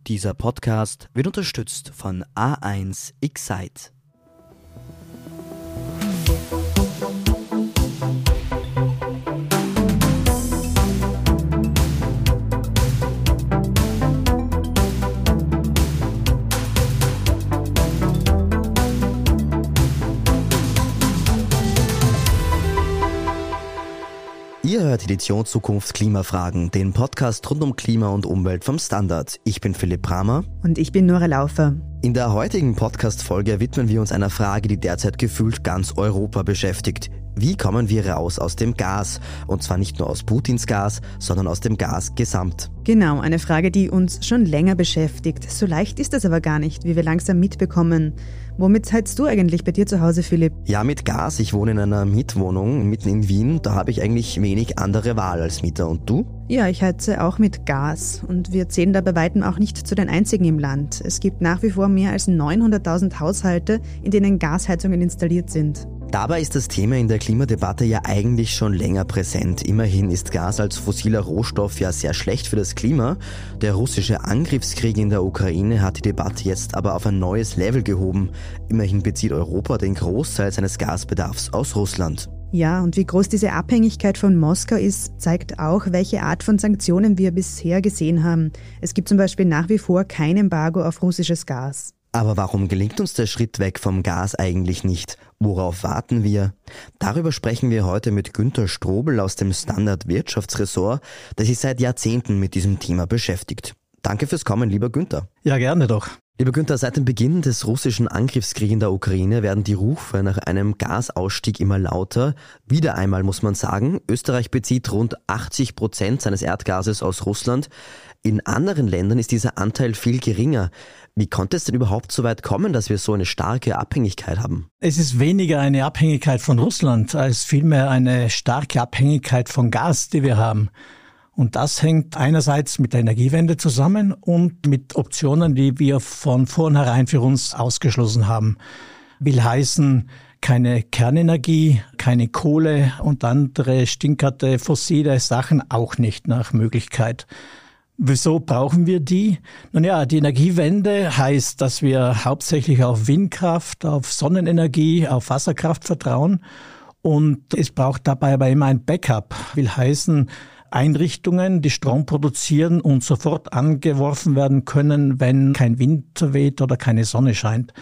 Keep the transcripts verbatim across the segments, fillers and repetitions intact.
Dieser Podcast wird unterstützt von A eins Excite. Ihr hört Edition Zukunft Klimafragen, den Podcast rund um Klima und Umwelt vom Standard. Ich bin Philipp Bramer. Und ich bin Nora Laufer. In der heutigen Podcast-Folge widmen wir uns einer Frage, die derzeit gefühlt ganz Europa beschäftigt. Wie kommen wir raus aus dem Gas? Und zwar nicht nur aus Putins Gas, sondern aus dem Gas gesamt. Genau, eine Frage, die uns schon länger beschäftigt. So leicht ist das aber gar nicht, wie wir langsam mitbekommen. Womit heizst du eigentlich bei dir zu Hause, Philipp? Ja, mit Gas. Ich wohne in einer Mietwohnung mitten in Wien. Da habe ich eigentlich wenig andere Wahl als Mieter. Und du? Ja, ich heize auch mit Gas. Und wir zählen da bei weitem auch nicht zu den einzigen im Land. Es gibt nach wie vor mehr als neunhunderttausend Haushalte, in denen Gasheizungen installiert sind. Dabei ist das Thema in der Klimadebatte ja eigentlich schon länger präsent. Immerhin ist Gas als fossiler Rohstoff ja sehr schlecht für das Klima. Der russische Angriffskrieg in der Ukraine hat die Debatte jetzt aber auf ein neues Level gehoben. Immerhin bezieht Europa den Großteil seines Gasbedarfs aus Russland. Ja, und wie groß diese Abhängigkeit von Moskau ist, zeigt auch, welche Art von Sanktionen wir bisher gesehen haben. Es gibt zum Beispiel nach wie vor kein Embargo auf russisches Gas. Aber warum gelingt uns der Schritt weg vom Gas eigentlich nicht? Worauf warten wir? Darüber sprechen wir heute mit Günter Strobel aus dem Standard Wirtschaftsressort, der sich seit Jahrzehnten mit diesem Thema beschäftigt. Danke fürs Kommen, lieber Günter. Ja, gerne doch. Lieber Günther, seit dem Beginn des russischen Angriffskriegs in der Ukraine werden die Rufe nach einem Gasausstieg immer lauter. Wieder einmal muss man sagen, Österreich bezieht rund achtzig Prozent seines Erdgases aus Russland. In anderen Ländern ist dieser Anteil viel geringer. Wie konnte es denn überhaupt so weit kommen, dass wir so eine starke Abhängigkeit haben? Es ist weniger eine Abhängigkeit von Russland, als vielmehr eine starke Abhängigkeit von Gas, die wir haben. Und das hängt einerseits mit der Energiewende zusammen und mit Optionen, die wir von vornherein für uns ausgeschlossen haben. Will heißen, keine Kernenergie, keine Kohle und andere stinkerte fossile Sachen auch nicht nach Möglichkeit. Wieso brauchen wir die? Nun ja, die Energiewende heißt, dass wir hauptsächlich auf Windkraft, auf Sonnenenergie, auf Wasserkraft vertrauen. Und es braucht dabei aber immer ein Backup. Will heißen, Einrichtungen, die Strom produzieren und sofort angeworfen werden können, wenn kein Wind weht oder keine Sonne scheint.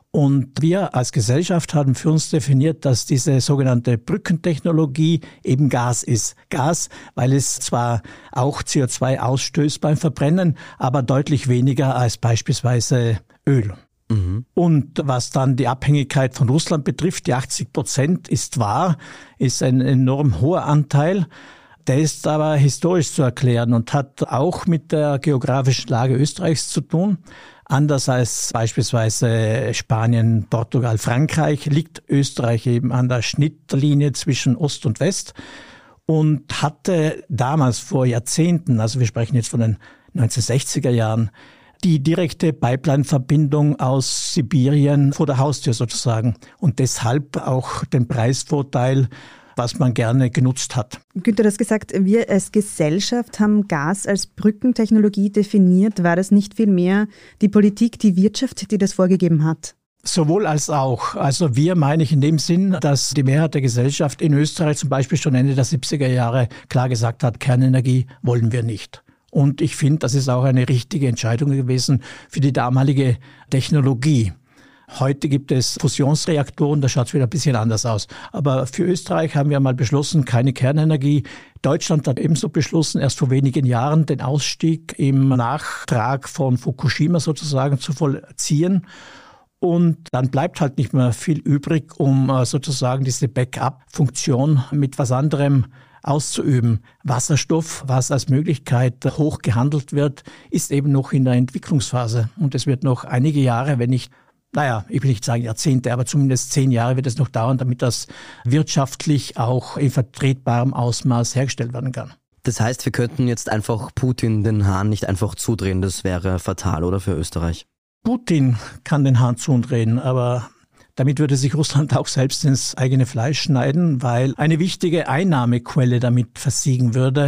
Und wir als Gesellschaft haben für uns definiert, dass diese sogenannte Brückentechnologie eben Gas ist. Gas, weil es zwar auch C O zwei ausstößt beim Verbrennen, aber deutlich weniger als beispielsweise Öl. Mhm. Und was dann die Abhängigkeit von Russland betrifft, die achtzig Prozent ist wahr, ist ein enorm hoher Anteil. Der ist aber historisch zu erklären und hat auch mit der geografischen Lage Österreichs zu tun. Anders als beispielsweise Spanien, Portugal, Frankreich liegt Österreich eben an der Schnittlinie zwischen Ost und West und hatte damals vor Jahrzehnten, also wir sprechen jetzt von den neunzehnhundertsechziger Jahren, die direkte Pipeline-Verbindung aus Sibirien vor der Haustür sozusagen und deshalb auch den Preisvorteil, was man gerne genutzt hat. Günther, du hast gesagt, wir als Gesellschaft haben Gas als Brückentechnologie definiert. War das nicht vielmehr die Politik, die Wirtschaft, die das vorgegeben hat? Sowohl als auch. Also wir meine ich in dem Sinn, dass die Mehrheit der Gesellschaft in Österreich zum Beispiel schon Ende der siebziger Jahre klar gesagt hat, Kernenergie wollen wir nicht. Und ich finde, das ist auch eine richtige Entscheidung gewesen für die damalige Technologie. Heute gibt es Fusionsreaktoren, da schaut es wieder ein bisschen anders aus. Aber für Österreich haben wir mal beschlossen, keine Kernenergie. Deutschland hat ebenso beschlossen, erst vor wenigen Jahren den Ausstieg im Nachtrag von Fukushima sozusagen zu vollziehen. Und dann bleibt halt nicht mehr viel übrig, um sozusagen diese Backup-Funktion mit was anderem auszuüben. Wasserstoff, was als Möglichkeit hoch gehandelt wird, ist eben noch in der Entwicklungsphase. Und es wird noch einige Jahre, wenn nicht Naja, ich will nicht sagen Jahrzehnte, aber zumindest zehn Jahre wird es noch dauern, damit das wirtschaftlich auch in vertretbarem Ausmaß hergestellt werden kann. Das heißt, wir könnten jetzt einfach Putin den Hahn nicht einfach zudrehen, das wäre fatal, oder, für Österreich? Putin kann den Hahn zudrehen, aber damit würde sich Russland auch selbst ins eigene Fleisch schneiden, weil eine wichtige Einnahmequelle damit versiegen würde.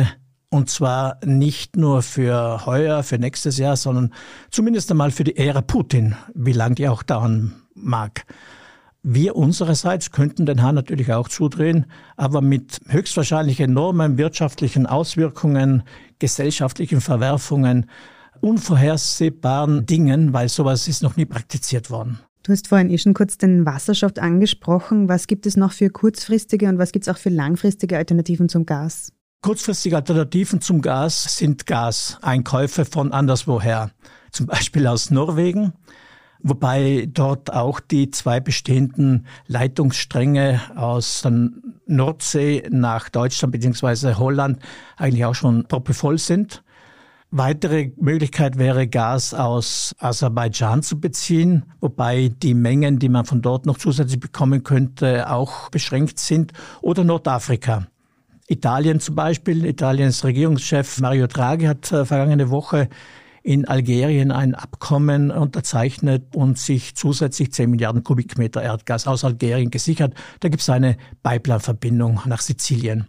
Und zwar nicht nur für heuer, für nächstes Jahr, sondern zumindest einmal für die Ära Putin, wie lange die auch dauern mag. Wir unsererseits könnten den Hahn natürlich auch zudrehen, aber mit höchstwahrscheinlich enormen wirtschaftlichen Auswirkungen, gesellschaftlichen Verwerfungen, unvorhersehbaren Dingen, weil sowas ist noch nie praktiziert worden. Du hast vorhin eh schon kurz den Wasserstoff angesprochen. Was gibt es noch für kurzfristige und was gibt es auch für langfristige Alternativen zum Gas? Kurzfristige Alternativen zum Gas sind Gaseinkäufe von anderswoher, zum Beispiel aus Norwegen, wobei dort auch die zwei bestehenden Leitungsstränge aus der Nordsee nach Deutschland bzw. Holland eigentlich auch schon proppevoll sind. Weitere Möglichkeit wäre, Gas aus Aserbaidschan zu beziehen, wobei die Mengen, die man von dort noch zusätzlich bekommen könnte, auch beschränkt sind, oder Nordafrika. Italien zum Beispiel, Italiens Regierungschef Mario Draghi hat vergangene Woche in Algerien ein Abkommen unterzeichnet und sich zusätzlich zehn Milliarden Kubikmeter Erdgas aus Algerien gesichert. Da gibt es eine Pipeline-Verbindung nach Sizilien.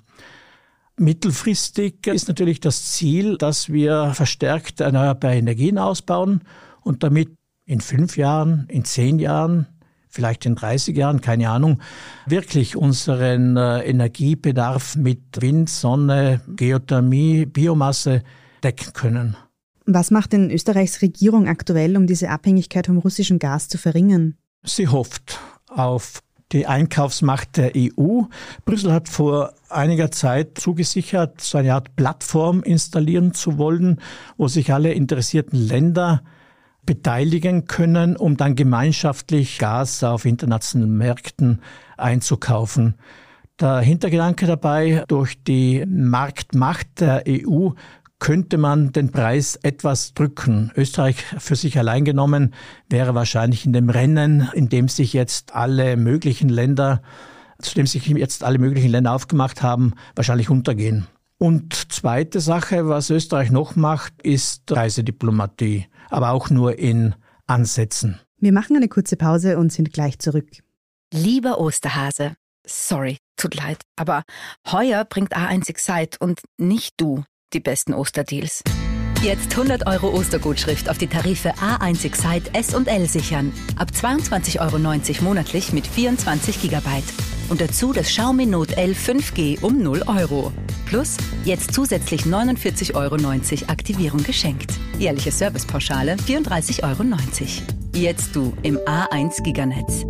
Mittelfristig ist natürlich das Ziel, dass wir verstärkt erneuerbare Energien ausbauen und damit in fünf Jahren, in zehn Jahren, vielleicht in dreißig Jahren, keine Ahnung, wirklich unseren Energiebedarf mit Wind, Sonne, Geothermie, Biomasse decken können. Was macht denn Österreichs Regierung aktuell, um diese Abhängigkeit vom russischen Gas zu verringern? Sie hofft auf die Einkaufsmacht der E U. Brüssel hat vor einiger Zeit zugesichert, so eine Art Plattform installieren zu wollen, wo sich alle interessierten Länder beteiligen können, um dann gemeinschaftlich Gas auf internationalen Märkten einzukaufen. Der Hintergedanke dabei, durch die Marktmacht der E U könnte man den Preis etwas drücken. Österreich für sich allein genommen wäre wahrscheinlich in dem Rennen, in dem sich jetzt alle möglichen Länder, zu dem sich jetzt alle möglichen Länder aufgemacht haben, wahrscheinlich untergehen. Und zweite Sache, was Österreich noch macht, ist Reisediplomatie, aber auch nur in Ansätzen. Wir machen eine kurze Pause und sind gleich zurück. Lieber Osterhase, sorry, tut leid, aber heuer bringt A eins Excite und nicht du die besten Osterdeals. Jetzt hundert Euro Ostergutschrift auf die Tarife A eins Excite S und L sichern. Ab zweiundzwanzig Euro neunzig monatlich mit vierundzwanzig Gigabyte. Und dazu das Xiaomi Note L fünf G um null Euro. Plus jetzt zusätzlich neunundvierzig Euro neunzig Aktivierung geschenkt. Jährliche Servicepauschale vierunddreißig Euro neunzig. Jetzt du im A eins Giganetz.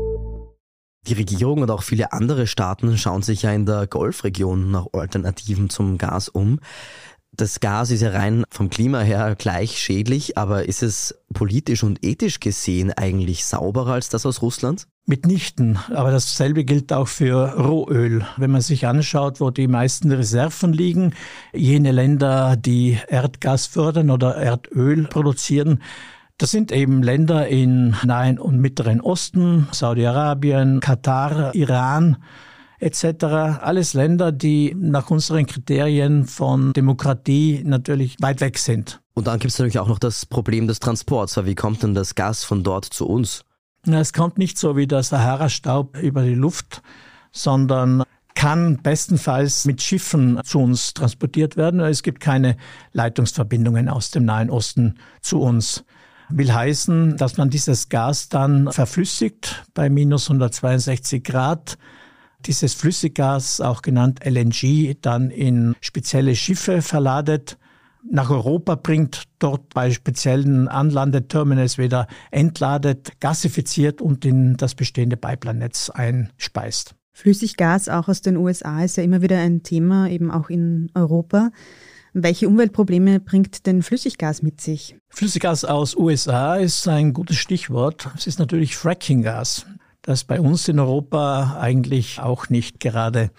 Die Regierung und auch viele andere Staaten schauen sich ja in der Golfregion nach Alternativen zum Gas um. Das Gas ist ja rein vom Klima her gleich schädlich, aber ist es politisch und ethisch gesehen eigentlich sauberer als das aus Russland? Mitnichten, aber dasselbe gilt auch für Rohöl. Wenn man sich anschaut, wo die meisten Reserven liegen, jene Länder, die Erdgas fördern oder Erdöl produzieren, das sind eben Länder im Nahen und Mittleren Osten, Saudi-Arabien, Katar, Iran et cetera. Alles Länder, die nach unseren Kriterien von Demokratie natürlich weit weg sind. Und dann gibt es natürlich auch noch das Problem des Transports. Wie kommt denn das Gas von dort zu uns? Na, es kommt nicht so wie der Sahara-Staub über die Luft, sondern kann bestenfalls mit Schiffen zu uns transportiert werden. Es gibt keine Leitungsverbindungen aus dem Nahen Osten zu uns. Will heißen, dass man dieses Gas dann verflüssigt bei minus hundertzweiundsechzig Grad. Dieses Flüssiggas, auch genannt L N G, dann in spezielle Schiffe verladet, nach Europa bringt, dort bei speziellen Anlandeterminals wieder entladet, gasifiziert und in das bestehende Pipeline-Netz einspeist. Flüssiggas auch aus den U S A ist ja immer wieder ein Thema, eben auch in Europa. Welche Umweltprobleme bringt denn Flüssiggas mit sich? Flüssiggas aus U S A ist ein gutes Stichwort. Es ist natürlich Fracking-Gas, das bei uns in Europa eigentlich auch nicht gerade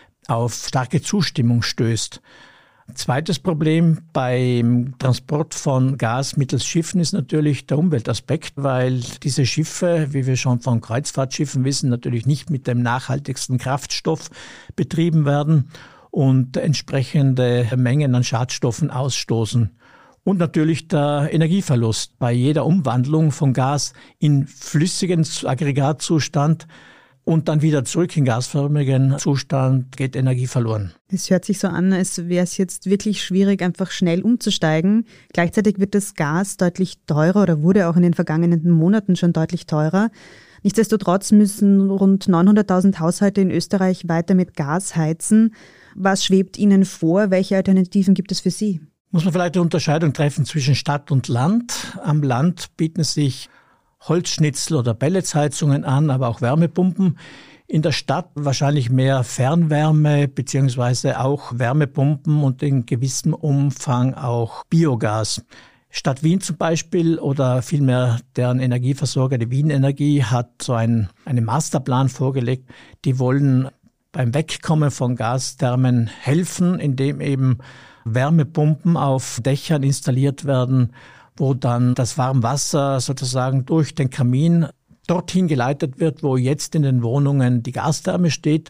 auf starke Zustimmung stößt. Zweites Problem beim Transport von Gas mittels Schiffen ist natürlich der Umweltaspekt, weil diese Schiffe, wie wir schon von Kreuzfahrtschiffen wissen, natürlich nicht mit dem nachhaltigsten Kraftstoff betrieben werden und entsprechende Mengen an Schadstoffen ausstoßen. Und natürlich der Energieverlust bei jeder Umwandlung von Gas in flüssigen Aggregatzustand. und dann wieder zurück in gasförmigen Zustand geht Energie verloren. Es hört sich so an, als wäre es jetzt wirklich schwierig, einfach schnell umzusteigen. Gleichzeitig wird das Gas deutlich teurer oder wurde auch in den vergangenen Monaten schon deutlich teurer. Nichtsdestotrotz müssen rund neunhunderttausend Haushalte in Österreich weiter mit Gas heizen. Was schwebt Ihnen vor? Welche Alternativen gibt es für Sie? Muss man vielleicht eine Unterscheidung treffen zwischen Stadt und Land. Am Land bieten sich Holzschnitzel oder Pelletsheizungen an, aber auch Wärmepumpen. In der Stadt wahrscheinlich mehr Fernwärme beziehungsweise auch Wärmepumpen und in gewissem Umfang auch Biogas. Stadt Wien zum Beispiel oder vielmehr deren Energieversorger, die Wien Energie, hat so einen, einen Masterplan vorgelegt. Die wollen beim Wegkommen von Gasthermen helfen, indem eben Wärmepumpen auf Dächern installiert werden, wo dann das Warmwasser sozusagen durch den Kamin dorthin geleitet wird, wo jetzt in den Wohnungen die Gastherme steht.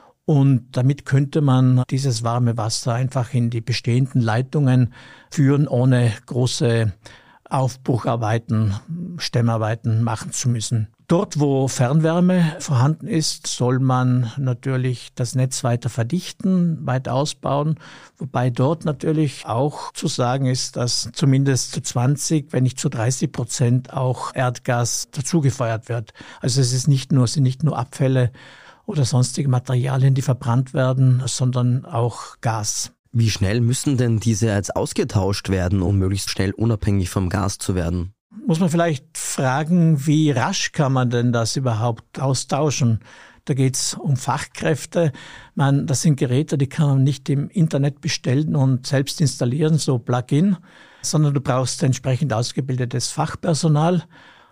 Und damit könnte man dieses warme Wasser einfach in die bestehenden Leitungen führen, ohne große Aufbrucharbeiten, Stemmarbeiten machen zu müssen. Dort, wo Fernwärme vorhanden ist, soll man natürlich das Netz weiter verdichten, weiter ausbauen, wobei dort natürlich auch zu sagen ist, dass zumindest zu zwanzig, wenn nicht zu dreißig Prozent auch Erdgas dazugefeuert wird. Also es ist nicht nur, es sind nicht nur Abfälle oder sonstige Materialien, die verbrannt werden, sondern auch Gas. Wie schnell müssen denn diese jetzt ausgetauscht werden, um möglichst schnell unabhängig vom Gas zu werden? Muss man vielleicht fragen, wie rasch kann man denn das überhaupt austauschen? Da geht es um Fachkräfte. Man, das sind Geräte, die kann man nicht im Internet bestellen und selbst installieren, so Plug-in, sondern du brauchst entsprechend ausgebildetes Fachpersonal.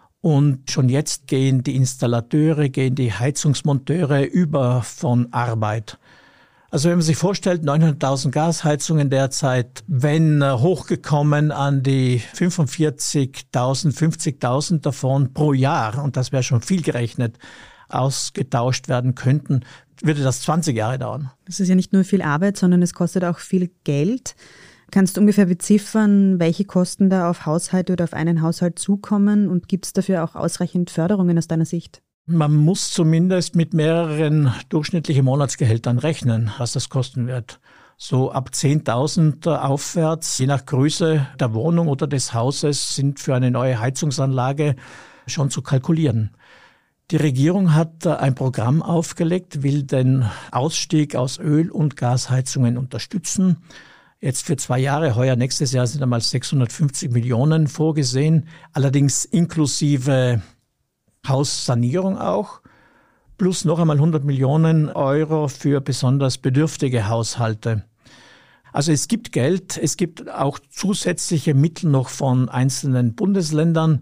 Und schon jetzt gehen die Installateure, gehen die Heizungsmonteure über von Arbeit. Also wenn man sich vorstellt, neunhunderttausend Gasheizungen derzeit, wenn hochgekommen an die fünfundvierzigtausend, fünfzigtausend davon pro Jahr, und das wäre schon viel gerechnet, ausgetauscht werden könnten, würde das zwanzig Jahre dauern. Das ist ja nicht nur viel Arbeit, sondern es kostet auch viel Geld. Kannst du ungefähr beziffern, welche Kosten da auf Haushalte oder auf einen Haushalt zukommen, und gibt es dafür auch ausreichend Förderungen aus deiner Sicht? Man muss zumindest mit mehreren durchschnittlichen Monatsgehältern rechnen, was das kosten wird. So ab zehntausend aufwärts, je nach Größe der Wohnung oder des Hauses, sind für eine neue Heizungsanlage schon zu kalkulieren. Die Regierung hat ein Programm aufgelegt, will den Ausstieg aus Öl- und Gasheizungen unterstützen. Jetzt für zwei Jahre, heuer, nächstes Jahr sind einmal sechshundertfünfzig Millionen vorgesehen, allerdings inklusive Haussanierung auch, plus noch einmal hundert Millionen Euro für besonders bedürftige Haushalte. Also es gibt Geld, es gibt auch zusätzliche Mittel noch von einzelnen Bundesländern,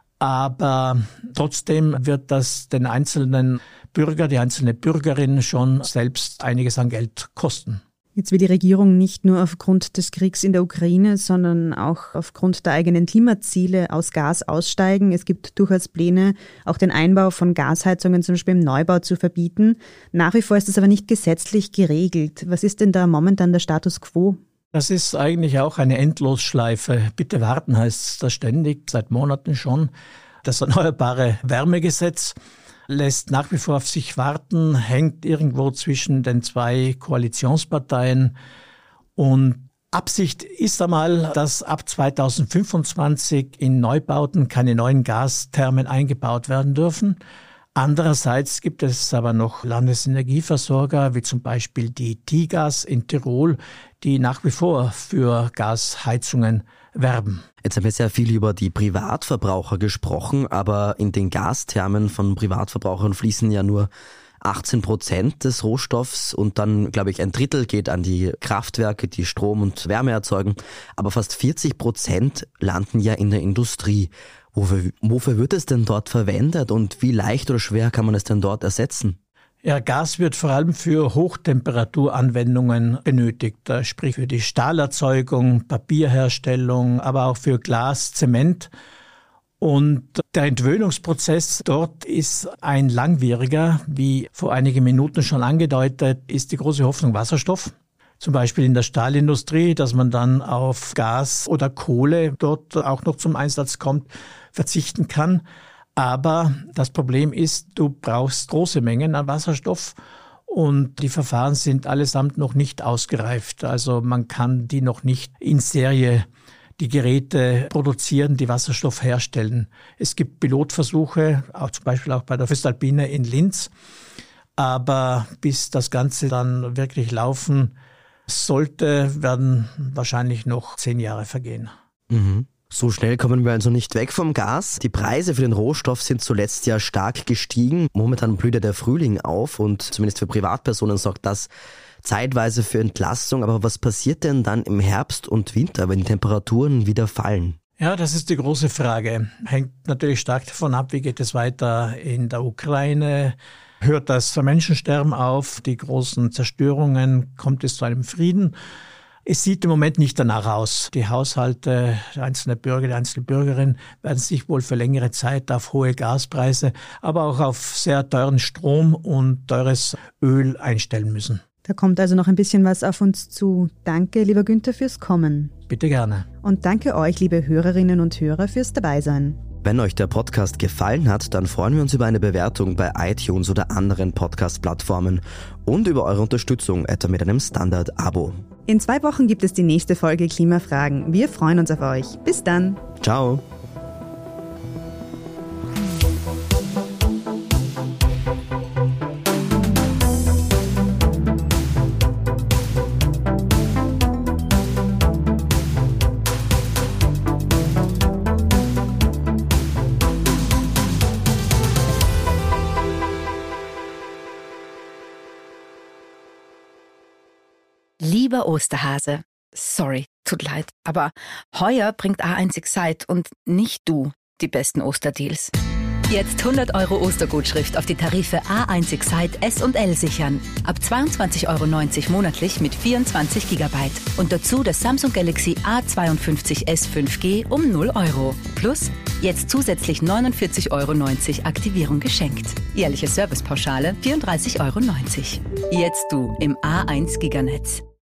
aber trotzdem wird das den einzelnen Bürger, die einzelne Bürgerin schon selbst einiges an Geld kosten. Jetzt will die Regierung nicht nur aufgrund des Kriegs in der Ukraine, sondern auch aufgrund der eigenen Klimaziele aus Gas aussteigen. Es gibt durchaus Pläne, auch den Einbau von Gasheizungen zum Beispiel im Neubau zu verbieten. Nach wie vor ist das aber nicht gesetzlich geregelt. Was ist denn da momentan der Status quo? Das ist eigentlich auch eine Endlosschleife. Bitte warten heißt das ständig, seit Monaten schon. Das Erneuerbare Wärmegesetz lässt nach wie vor auf sich warten, hängt irgendwo zwischen den zwei Koalitionsparteien. Und Absicht ist einmal, dass ab zweitausendfünfundzwanzig in Neubauten keine neuen Gasthermen eingebaut werden dürfen. Andererseits gibt es aber noch Landesenergieversorger, wie zum Beispiel die Tigas in Tirol, die nach wie vor für Gasheizungen werben. Jetzt haben wir sehr viel über die Privatverbraucher gesprochen, aber in den Gasthermen von Privatverbrauchern fließen ja nur achtzehn Prozent des Rohstoffs und dann, glaube ich, ein Drittel geht an die Kraftwerke, die Strom und Wärme erzeugen. Aber fast vierzig Prozent landen ja in der Industrie. Wofür, wofür wird es denn dort verwendet und wie leicht oder schwer kann man es denn dort ersetzen? Ja, Gas wird vor allem für Hochtemperaturanwendungen benötigt, sprich für die Stahlerzeugung, Papierherstellung, aber auch für Glas, Zement. Und der Entwöhnungsprozess dort ist ein langwieriger, wie vor einigen Minuten schon angedeutet, ist die große Hoffnung Wasserstoff. Zum Beispiel in der Stahlindustrie, dass man dann auf Gas oder Kohle dort auch noch zum Einsatz kommt, verzichten kann. Aber das Problem ist, du brauchst große Mengen an Wasserstoff und die Verfahren sind allesamt noch nicht ausgereift. Also man kann die noch nicht in Serie, die Geräte produzieren, die Wasserstoff herstellen. Es gibt Pilotversuche, auch zum Beispiel auch bei der voestalpine in Linz. Aber bis das Ganze dann wirklich laufen sollte, werden wahrscheinlich noch zehn Jahre vergehen. Mhm. So schnell kommen wir also nicht weg vom Gas. Die Preise für den Rohstoff sind zuletzt ja stark gestiegen. Momentan blüht ja der Frühling auf und zumindest für Privatpersonen sorgt das zeitweise für Entlastung. Aber was passiert denn dann im Herbst und Winter, wenn die Temperaturen wieder fallen? Ja, das ist die große Frage. Hängt natürlich stark davon ab, wie geht es weiter in der Ukraine. Hört das Menschensterben auf, die großen Zerstörungen, kommt es zu einem Frieden? Es sieht im Moment nicht danach aus. Die Haushalte, der einzelne Bürger, die einzelne Bürgerin werden sich wohl für längere Zeit auf hohe Gaspreise, aber auch auf sehr teuren Strom und teures Öl einstellen müssen. Da kommt also noch ein bisschen was auf uns zu. Danke, lieber Günther, fürs Kommen. Bitte gerne. Und danke euch, liebe Hörerinnen und Hörer, fürs Dabeisein. Wenn euch der Podcast gefallen hat, dann freuen wir uns über eine Bewertung bei iTunes oder anderen Podcast-Plattformen und über eure Unterstützung, etwa mit einem Standard-Abo. In zwei Wochen gibt es die nächste Folge Klimafragen. Wir freuen uns auf euch. Bis dann. Ciao. Lieber Osterhase, sorry, tut leid, aber heuer bringt A eins Excite und nicht du die besten Osterdeals. Jetzt hundert Euro Ostergutschrift auf die Tarife A eins Excite S und L sichern. Ab zweiundzwanzig Euro neunzig monatlich mit vierundzwanzig Gigabyte. Und dazu das Samsung Galaxy A zweiundfünfzig S fünf G um null Euro. Plus jetzt zusätzlich neunundvierzig Euro neunzig Aktivierung geschenkt. Jährliche Servicepauschale vierunddreißig Euro neunzig. Jetzt du im A eins Giganetz.